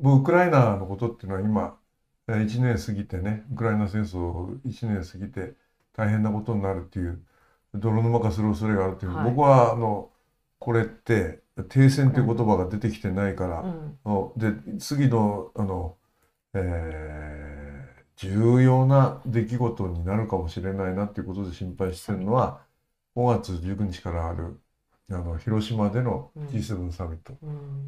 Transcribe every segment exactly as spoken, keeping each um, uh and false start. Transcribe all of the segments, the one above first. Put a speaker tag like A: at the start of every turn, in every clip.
A: もうウクライナのことっていうのは今、えいちねん過ぎてね、ウクライナ戦争いちねん過ぎて大変なことになるっていう、泥沼化する恐れがあるっていう、僕
B: はい。
A: はあの、これって停
B: ウクライナ。
A: 戦という言葉が出てきてないから、
B: うん。
A: おで、次の、あの、えー重要な出来事になるかもしれないなっていうことで心配して
B: サミット。
A: るのは、ごがつじゅうくにちからあるあの広島での
B: うん。
A: ジーセブン サミット。
B: うん。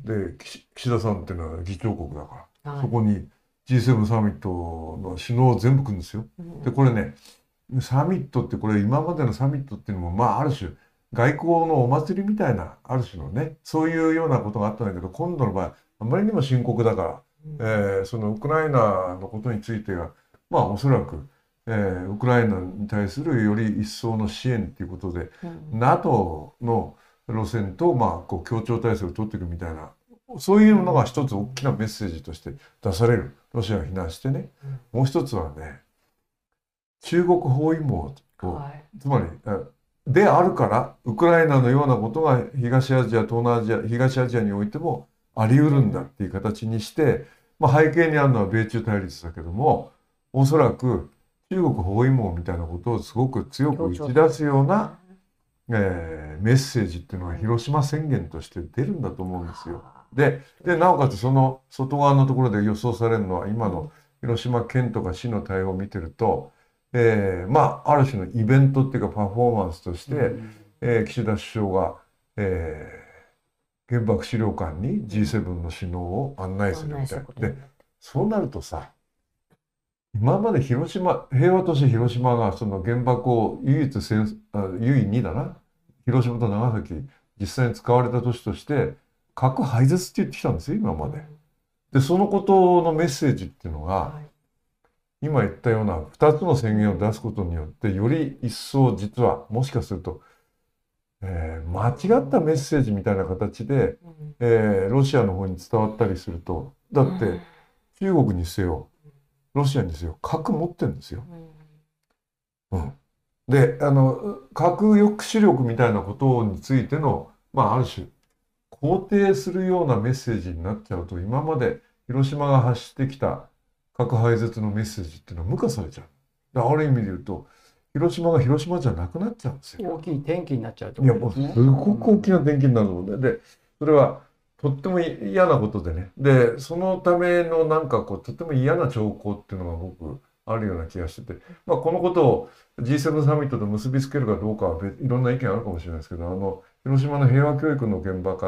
A: で、岸岸田さんっていうのは議長国だから、
B: はい。
A: そこに ジーセブン サミットの首脳全部来るんですよ。で、
B: うん。
A: これね、サミットってこれ今までのサミットっていうのも、まあある種外交のお祭りみたいな、ある種のね、そういうようなことがあったんだけど、今度の場合、あまりにも深刻だから、
B: うん。
A: えーそのウクライナのことについては、まあおそらく、えーウクライナに対するより一層の支援ということで、
B: うん。
A: ナトー の路線と、まあ、こう協調体制を取っていくみたいな、そういうのが一つ大きなメッセージとして出される。ロシアが非難してね。もう一つはね、中国包囲網を、
B: はい。
A: つまり、あであるから、ウクライナのようなことが東アジア、東南アジア、東アジアにおいてもあり得るんだっていう形にして、まあ、背景にあるのは米中対立だけども、おそらく中国包囲網みたいなことをすごく強く
B: 協
A: 打
B: 調体制
A: ち出すような、えーメッセージっていうのが
B: ね。
A: 広島宣言として出るんだと思うんですよ。
B: はあ。
A: で、で、なおかつその外側のところで予想されるのは今の
B: うん。
A: 広島県とか市の対応を見てると、えーまあ、ある種のイベントっていうかパフォーマンスとし
B: う
A: て、
B: ん。
A: えー岸田首相が、えー原爆資料館に
B: うん。
A: ジーセブン の首脳を案内す
B: 案内す
A: るみたいな。で、
B: ることになる。
A: そうなるとさ、今まで広島、平和都市広島がその原爆を唯一戦、あ唯にだな、広島と長崎、実際に使われた都市として、核廃絶って言ってきたんですよ、今まで。
B: うん。
A: で、そのことのメッセージっていうのが、
B: はい。
A: 今言ったようなふたつの宣言を出すことによって、より一層実は、もしかすると、えー間違ったメッセージみたいな形で、
B: うん。
A: えーロシアの方に伝わったりすると、だ
B: うん。
A: って中国にせよ、ロシアにせよ、核持ってるんですよ。
B: うん。
A: うん。で、あの、核抑止力みたいなことについての、まあ、ある種、肯定するようなメッセージになっちゃうと、今まで広島が発してきた核廃絶のメッセージっていうのは無化されちゃう。だからある意味で言うと、広島が広島じゃなくなっちゃうんですよ。
B: 大きい転機になっちゃうって
A: いや、もうす
B: ことですね。
A: ごく大きな転機になるので、で、それはとっても嫌なことでね。で、そのためのなんかこう、とっても嫌な兆候っていうのが僕、あるような気がしてて、まあ、このことを ジーセブン サミットと結びつけるかどうかは別いろんな意見あるかもしれないですけど、あの、広島の平和教育の現場から、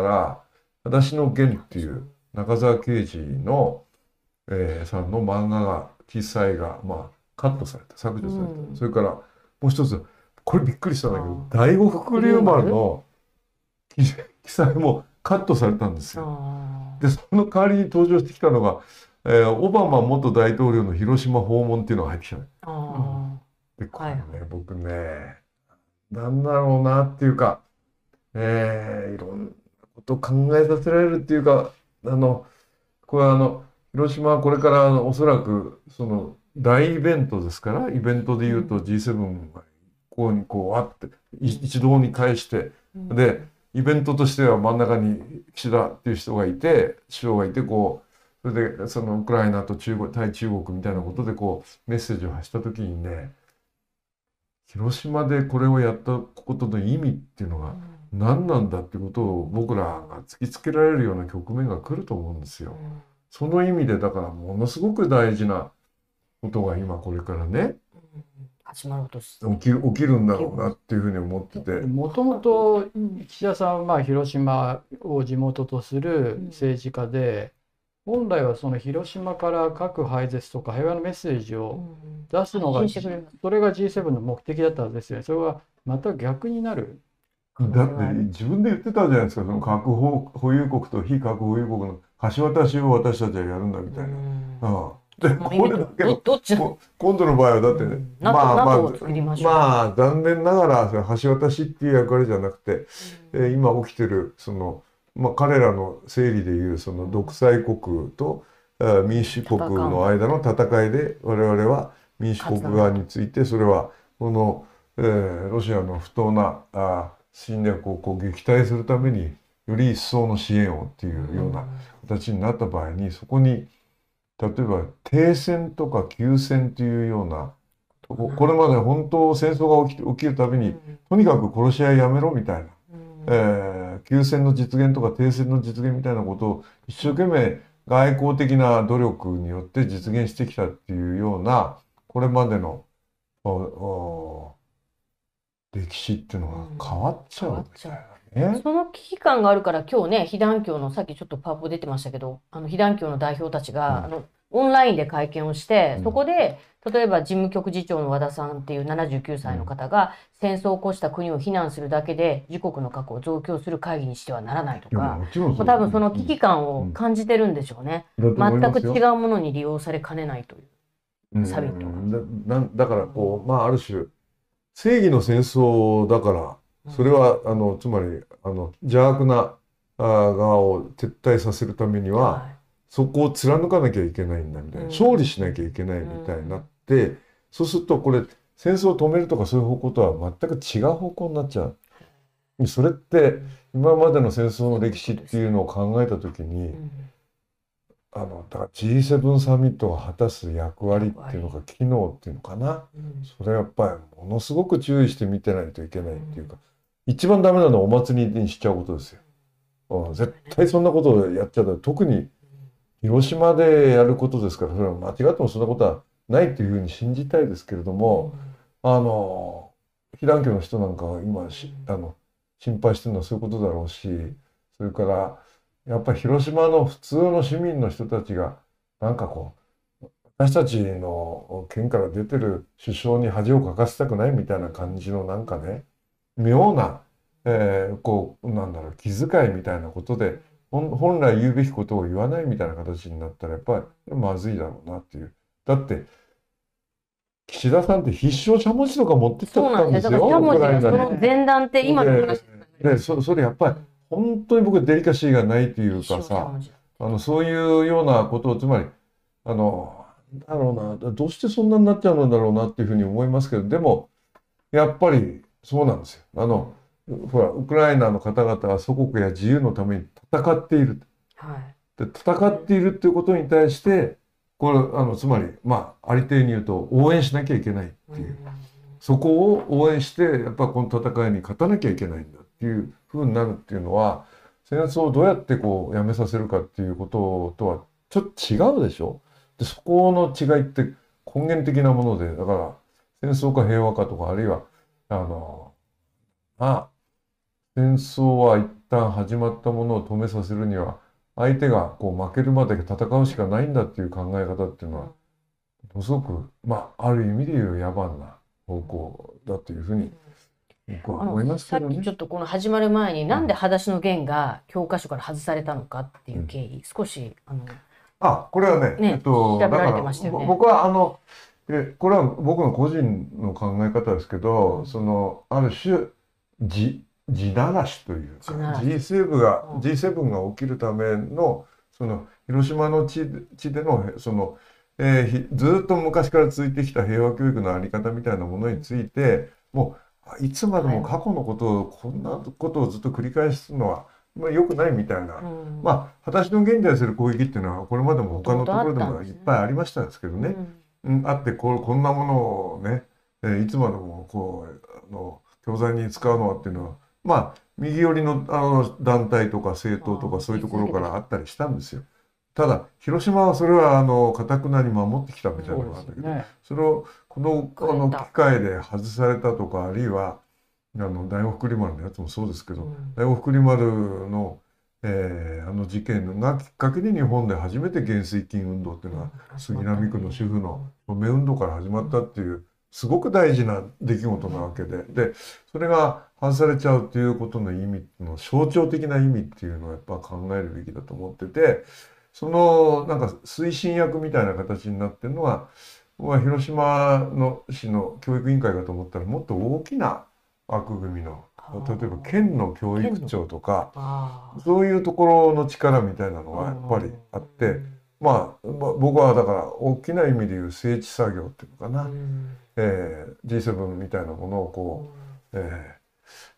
A: 私の源っていう中沢啓治の、えーさんの漫画が、記載が、まあ、カットされた、削
B: う
A: 除された。そ
B: ん。
A: れから、もう一つ、これびっくりしたんだけど、
B: ああ。
A: 第五福
B: 黒
A: 竜
B: 竜丸。
A: 丸の記記載もカットされたんですよ。
B: あ
A: で、その代わりに登場してきたのが、えーオバマ元大統領の広島訪問っていうのが入ってきたの。
B: あ。あ
A: で、
B: あ。はいはい。
A: これね、僕ね、なんだろうなっていうか、えーいろんなことを考えさせられるっていうか、あの、これはあの、広島はこれからあのおそらくその大イベントですから、イベントで言うと
B: うん。
A: ジーセブンがこうにこうわってい一堂に会して、
B: う
A: で、
B: ん。
A: イベントとしては真ん中に岸田っていう人がいて、首相がいて、こう、それでそのウクライナと中国、対中国みたいなことでこうメッセージを発したときにね、広島でこれをやったことの意味っていうのが何なんだっていうことを僕らが突きつけられるような局面が来ると思うんですよ。
B: うん。
A: その意味でだからものすごく大事なことが今これからね、
B: うん。始まろうとし
A: 起きる、起きるんだ
B: ています。
A: ろうなっていうふうに思ってて。
C: もともと岸田さんはまあ広島を地元とする政治家で、本来はその広島から核廃絶とか平和のメッセージ
B: う
C: を
B: ん。
C: 出すのが、
B: 発信してくれる。
C: それが ジーセブン の目的だったはずですよね。それはまた逆になる可能
A: だって
C: 性がある。
A: 自分で言ってたじゃないですか、その核保保有国と非核保有国の橋渡しを私たちはやるんだみ
B: う
A: たいな。
B: ん。
A: うん、で、
B: その意
A: こ
B: 味とど、
A: れだけど、
B: どっちの。
A: こ今度の場合はだってね、
B: うん。
A: ま
B: NATO、
A: あま
B: NATO
A: あ、
B: を作りましょう。
A: まあ残念ながらそれ橋渡しっていう役割じゃなくて、えー今起きてるその、まあ、彼らの整理でいうその独裁国と、えー民主国の間の戦いで我々は民主国側についてそれはこの、えーロシアの不当なあ侵略をこう撃退するためにより一層の支援をっていうような形になった場合に、そこに例えば停戦とか休戦というような、ここれまで本当戦争が起きて起きるたびにとにかく殺し合いやめろみたいな、えー、休戦の実現とか停戦の実現みたいなことを一生懸命外交的な努力によって実現してきたっていうようなこれまでのおお歴史っていうのが変わっちゃうみたいなね。
B: その危機感があるから今日ね、被団協のさっきちょっとパワポ出てましたけど、あの被団協の代表たちが、
A: うん
B: あのオンラインで会見をして、
A: うん
B: そこで例えば事務局次長の和田さんっていうななじゅうきゅうさいの方が、戦争を起こした国を非難するだけで自国の核を増強する会議にしてはならないと
A: いや
B: か、
A: もちろんそう
B: 多分その危機感を感じてるんでしょうね。
A: だと思い
B: 全く
A: ますよ。
B: 違うものに利用されかねないという。
A: うん
B: サミットが
A: だなだからこう、まあある種正義の戦争だからそれはあのつまりあの邪悪なあ側を撤退させるためには、
B: はい
A: そこを貫かなきゃいけないんだみたいな、
B: うん
A: 勝利しなきゃいけないみたいになって、そうするとこれ戦争を止めるとかそういう方向とは全く違う方向になっちゃう。それって今までの戦争の歴史っていうのを考えた時に、
B: うん
A: あのだから ジーセブン サミットが果たす役割っていうのか機能っていうのかな、
B: うん
A: それはやっぱりものすごく注意して見てないといけないっていうか、一番ダメなのはお祭りにしちゃうことですよ。うん絶対そんなことをやっちゃダメ。特に広島でやることですから、それは間違ってもそんなことはないというふうに信じたいですけれども、あの被団協の人なんかは今しあの心配してるのはそういうことだろうし、それからやっぱり広島の普通の市民の人たちがなんかこう私たちの県から出てる首相に恥をかかせたくないみたいな感じのなんかね妙な、えーこうなんだろう気遣いみたいなことで本本来言うべきことを言わないみたいな形になったらやっぱりまずいだろうなっていう。だって岸田さんって必勝しゃもじとか持ってっちゃった
B: そうなんでよ。
A: んですすよ。
B: だからしゃもじが
A: ウクライナに
B: その前段って今の話
A: でそそれやっぱり本当に僕デリカシーがないというか
B: しゃ
A: さ、
B: もじ
A: あのそういうようなことをつまりあのなんだろうなどうしてそんなになっちゃうんだろうなっていうふうに思いますけど、でもやっぱりそうなんですよ。あのほらウクライナの方々は祖国や自由のために戦っている。
B: はい
A: で戦っているっていうことに対してこれあのつまりまあありていに言うと応援しなきゃいけないっていう。そこを応援してやっぱこの戦いに勝たなきゃいけないんだっていう風になるっていうのは戦争をどうやってこうやめさせるかっていうこととはちょっと違うでしょ。でそこの違いって根源的なものでだから戦争か平和かとかあるいはあのまあ戦争は一旦始まったものを止めさせるには相手がこう負けるまで戦うしかないんだっていう考え方っていうのはものすごくまあある意味で言う野蛮な方向だというふうに僕は
B: あの
A: 思います
B: さ
A: けどね。
B: っきちょっとこの始まる前になんで裸足のゲンが教科書から外されたのかっていう経緯、少しあの
A: あ、これはね、
B: ね
A: えっと、
B: 調べられ
A: だから
B: てましたよね
A: ぼ僕はあのえこれは僕の個人の考え方ですけど、
B: うん
A: そのある種地地ならしというか
B: 地ならし
A: ジーセブン が、
B: うん
A: ジーセブン が起きるためのその広島の地地でのその、えーひずっと昔から続いてきた平和教育のあり方みたいなものについてもういつまでも過去のことをこんなことをずっと繰り返すのは、まあ、良くないみたいな、
B: うん
A: まあ裸足の現に対する攻撃っていうのはこれまでも他のところでもいっ
B: 元々あったんですね
A: ぱいありましたですけどね、うん、あってこうこんなものをね、えーいつまでもこうあの教材に使うのはっていうのはまあ右寄りの、あの団体とか政党とかそういうところからあったりしたんですよ。ただ広島はそれはあの堅くなに守ってきたみたいなのがあったけど、
C: ね。
A: それをこのあの
B: 変えた
A: 機会で外されたとかあるいはあの大王福利丸のやつもそうですけど、
B: うん
A: 大王福利丸の、えーあの事件がきっかけで日本で初めて減水金運動っていうのは杉並区の主婦の署名運動から始まったっていうすごく大事な出来事なわけで、でそれが外されちゃうっていうことの意味の象徴的な意味っていうのをやっぱ考えるべきだと思ってて、そのなんか推進役みたいな形になってるのは、僕は広島の市の教育委員会かと思ったらもっと大きな枠組みの例えば県の教育長とか
B: あ
A: そういうところの力みたいなのがやっぱりあって、まあ、まあ僕はだから大きな意味でいう整地作業っていうのかな、
B: うん
A: えー、ジーセブン みたいなものをこう、えー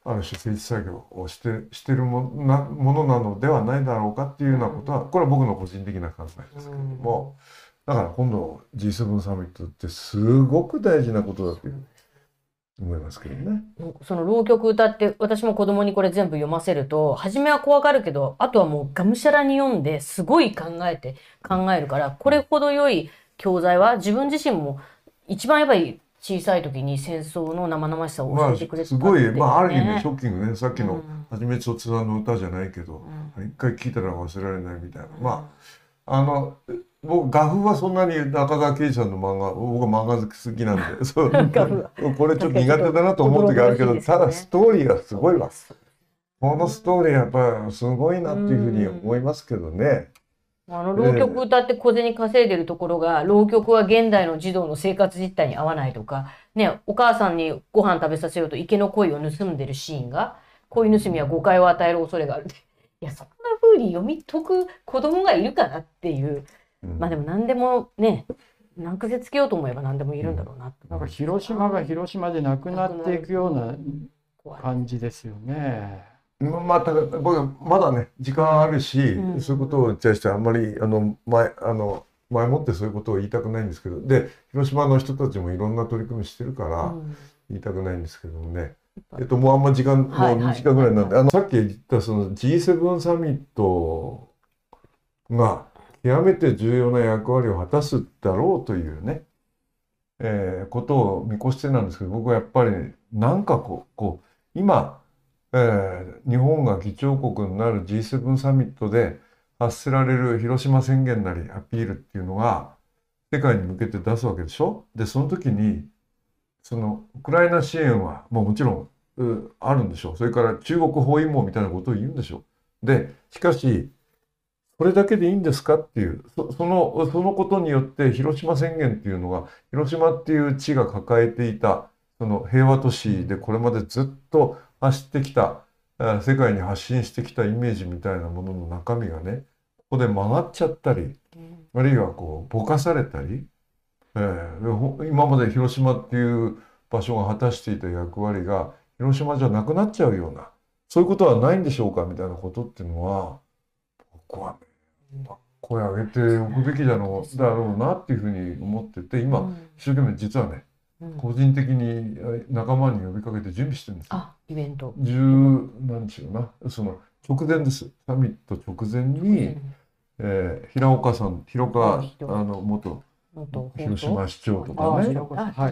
A: ある種政治作業をしてしてるもなものなのではないだろうかっていうようなことは、これは僕の個人的な考えですけれども、だから今度 ジーセブン サミットってすごく大事なことだという思いますけどね。
B: その浪曲歌って私も子供にこれ全部読ませると初めは怖がるけどあとはもうがむしゃらに読んですごい考えて考えるから、これほど良い教材は自分自身も一番やっぱり小さい時に戦争の生々しさを教えてくれたっていうね。
A: まあ、すごい、まあ、ある意味ショッキングね。さっきの「はじめとつさんの歌」じゃないけど、うん、一回聴いたら忘れられないみたいな、うん、まああの僕画風はそんなに中沢啓治さんの漫画、僕は漫画好きなんでそうこれちょっと苦手だなと思う時あるけど、ね、ただストーリーがすごいわ。このストーリーやっぱりすごいなっていうふうに思いますけどね。
B: あの浪曲歌って小銭稼いでるところが、浪曲は現代の児童の生活実態に合わないとか、ね、お母さんにご飯食べさせようと池の鯉を盗んでるシーンが、鯉盗みは誤解を与える恐れがあるって。いや、そんな風に読み解く子供がいるかなっていう。うん、まあでも何でもね、難癖つけようと思えば何でもいるんだろうな。
C: なんか広島が広島でなくなっていくような感じですよね。
A: まあ、僕まだね時間あるし、うん、そういうことに対してあんまりあの前あの前もってそういうことを言いたくないんですけど、で広島の人たちもいろんな取り組みしてるから言いたくないんですけどもね、うん、えっともうあんま時間もうにじかんぐらいなんで、あのさっき言ったその ジーセブン サミットが極めて重要な役割を果たすだろうというね、えー、ことを見越してなんですけど、僕はやっぱり、ね、なんかこう、こう今えー、日本が議長国になる ジーセブン サミットで発せられる広島宣言なりアピールっていうのが世界に向けて出すわけでしょ。でその時にそのウクライナ支援はもうもちろんあるんでしょう。それから中国包囲網みたいなことを言うんでしょう。でしかしそれだけでいいんですかっていう、そ、そのそのことによって広島宣言っていうのが広島っていう地が抱えていたその平和都市でこれまでずっと走ってきた世界に発信してきたイメージみたいなものの中身がねここで曲がっちゃったり、あるいはこうぼかされたり、えー、今まで広島っていう場所が果たしていた役割が広島じゃなくなっちゃうような、そういうことはないんでしょうかみたいなことっていうのは僕はね声を上げておくべきだろう、だろうなっていうふうに思ってて、今一生懸命実はね個人的に仲間に呼びかけて準備してるんですよ。
B: あ、イベント。
A: 十何日かな、その直前です。サミット直前に、えー、平岡さん、広川あの元広島市長とかね、はい、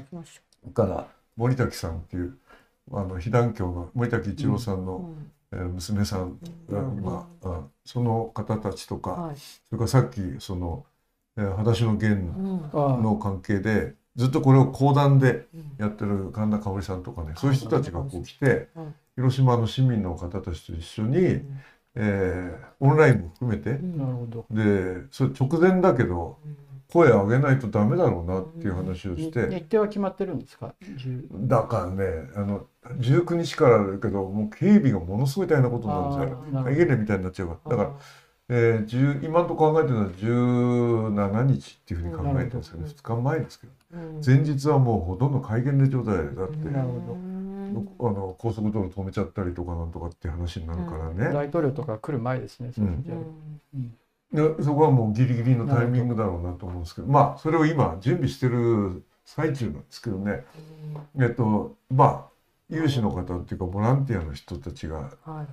A: から森滝さんっていうあの被団協の森滝一郎さんの、うんえー、娘さんが今、うん、その方たちとか、はい、それからさっきその、えー、裸足の弦の関係で。ずっとこれを講談でやってる神田香織さんとかね、そういう人たちがこう来て、広島の市民の方たちと一緒に、えー、オンラインも含めて、でそれ直前だけど声を上げないとダメだろうなっていう話をして、
C: 日程は決まってるんですか？
A: だからね、あのじゅうくにちからだけどもう警備がものすごい大変なことになるんですよ。会議連みたいになっちゃうから。だからえー、今のところ考えてるのはじゅうしちにちっていうふうに考えてるんですけど、ね、ふつかまえですけど、うん、前日はもうほとんど戒厳令状態だって、なるほど、あの高速道路止めちゃったりとかなんとかっていう話になるからね、うん、
C: 大統領とか来る前ですね、そ, うん
A: うんでそこはもうギリギリのタイミングだろうなと思うんですけど、まあそれを今準備してる最中なんですけどね、うん、えっとまあ有志の方っていうかボランティアの人たちが、はい、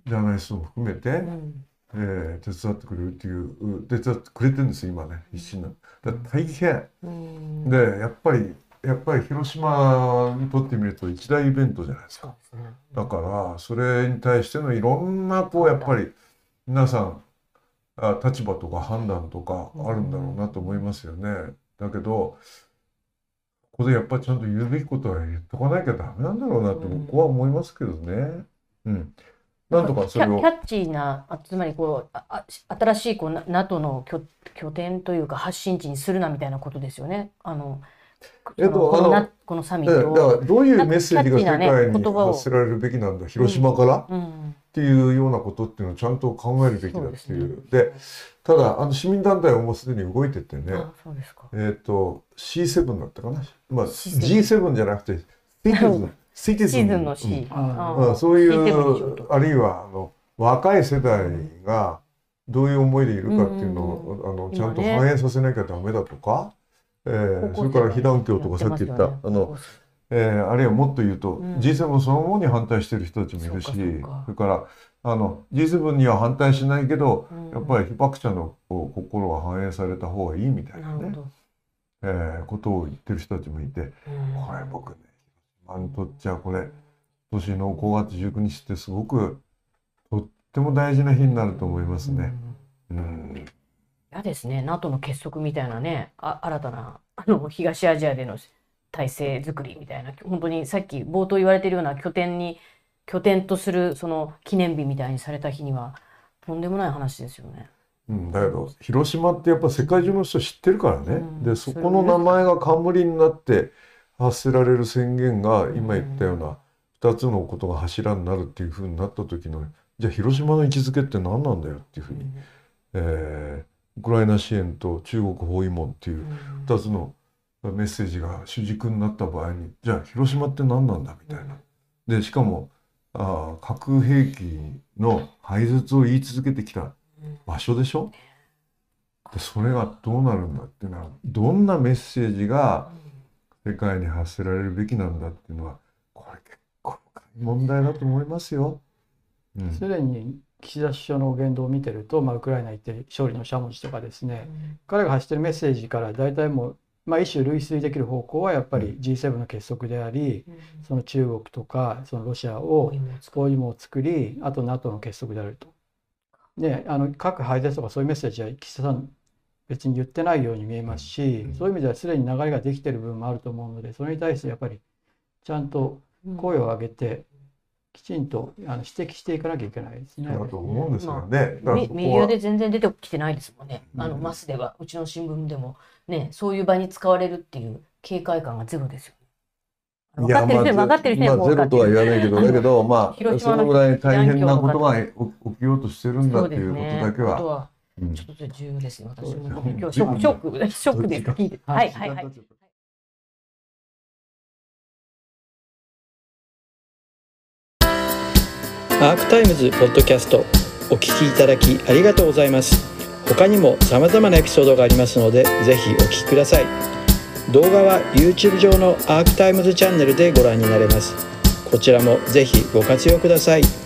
A: ジャーナリストも含めて、うんえー、手伝ってくれるっていう手伝ってくれてるんですよ今ね、必死な。だ大変で、やっぱりやっぱり広島にとってみると一大イベントじゃないですか。だからそれに対してのいろんなこうやっぱり皆さんあ立場とか判断とかあるんだろうなと思いますよね。だけどここでやっぱりちゃんと言うべきことは言っとかなきゃダメなんだろうなと僕は思いますけどね。うん。なんとかそれを
B: キャッチーな、つまりこうあ新しいこう ナト の 拠, 拠点というか発信地にするなみたいなことですよね。あのえっと、こ, のこのサミットを
A: だからどういうメッセージが世界に発せられるべきなんだ、広島から、うんうん、っていうようなことっていうのをちゃんと考えるべきだっていう。で、ね、ただあの市民団体はもうすでに動いててね、
B: あそうですか。
A: えっと シーセブン だったかな、まあ、ジーセブン じゃなくてシーセブンシティズン
B: シーズンの C、
C: あ
A: うん、そうい
B: シーセブンにしよう
A: う
B: と
A: あるいはあの若い世代がどういう思いでいるかっていうのを、
B: うん
A: あのちゃんと
B: 今ね
A: 反映させなきゃダメだとか、えー
B: 高校生
A: それから被団協とかさっき言った、あの、えーあるいはもっと言うと、
B: うん
A: ジーセブン そのものに反対している人たちもいるし、
B: そうかそうか
A: それからあの ジーセブン には反対しないけど、
B: うん
A: やっぱり被爆者のこう心が反映された方がいいみたいなね、
B: なるほど、
A: えーことを言ってる人たちもいて、
B: うん
A: これ僕ね、今にとっちゃこれ今年のごがつじゅうくにちってすごくとっても大事な日になると思いますね。
B: うん
A: うん
B: 嫌ですね、 ナト の結束みたいなね、あ新たなあの東アジアでの体制づくりみたいな、本当にさっき冒頭言われているような拠点に拠点とするその記念日みたいにされた日にはとんでもない話ですよね。
A: うん、だけど広島ってやっぱ世界中の人知ってるからね、
B: うん
A: でそこの名前が冠になって発せられる宣言が今言ったようなふたつのことが柱になるっていうふうになった時の、じゃあ広島の位置づけって何なんだよっていうふうに、えーウクライナ支援と中国包囲網っていうふたつのメッセージが主軸になった場合に、じゃあ広島って何なんだみたいな。でしかもあ核兵器の廃絶を言い続けてきた場所でしょ。でそれがどうなるんだっていうのは、どんなメッセージが世界に発せられるべきなんだっていうのは、これ結構深い問題だと思いますよ。うん
C: すでに岸田首相の言動を見てると、まあ、ウクライナ行って勝利のしゃもじとかですね、彼が発してるメッセージから大体もう、まあ、一種類推できる方向はやっぱり ジーセブン の結束であり、その中国とかそのロシアを包囲網を作り、あと ナト の結束であると。で、あの核廃絶とかそういうメッセージは岸田さん別に言ってないように見えますし、そういう意味ではすでに流れができてる部分もあると思うので、それに対してやっぱりちゃんと声を上げてきちんとあの指摘していかなきゃいけないですね。
A: だと思うんですよね。だから
B: メ
A: そこは
B: メディアで全然出てきてないですもんね。あの
A: うん
B: マスでは、うちの新聞でもね、そういう場に使われるっていう警戒感がゼロですよ。分かってる人は分かってる人は
A: まあゼロとは言わないけど、だけどまあ
B: 広島の
A: そのぐらい大変なことが起起きようとしてるんだ
B: そう
A: っていうこと
B: ですね。
A: だけは。
B: ことは
A: うん
B: ちょっと重要ですね。私も
A: そうですね
B: 今日ショックショックショックです。聞いて。はいはいはい。
C: アークタイムズポッドキャストお聞きいただきありがとうございます。他にも様々なエピソードがありますので、ぜひお聞きください。動画は YouTube 上のアークタイムズチャンネルでご覧になれます。こちらもぜひご活用ください。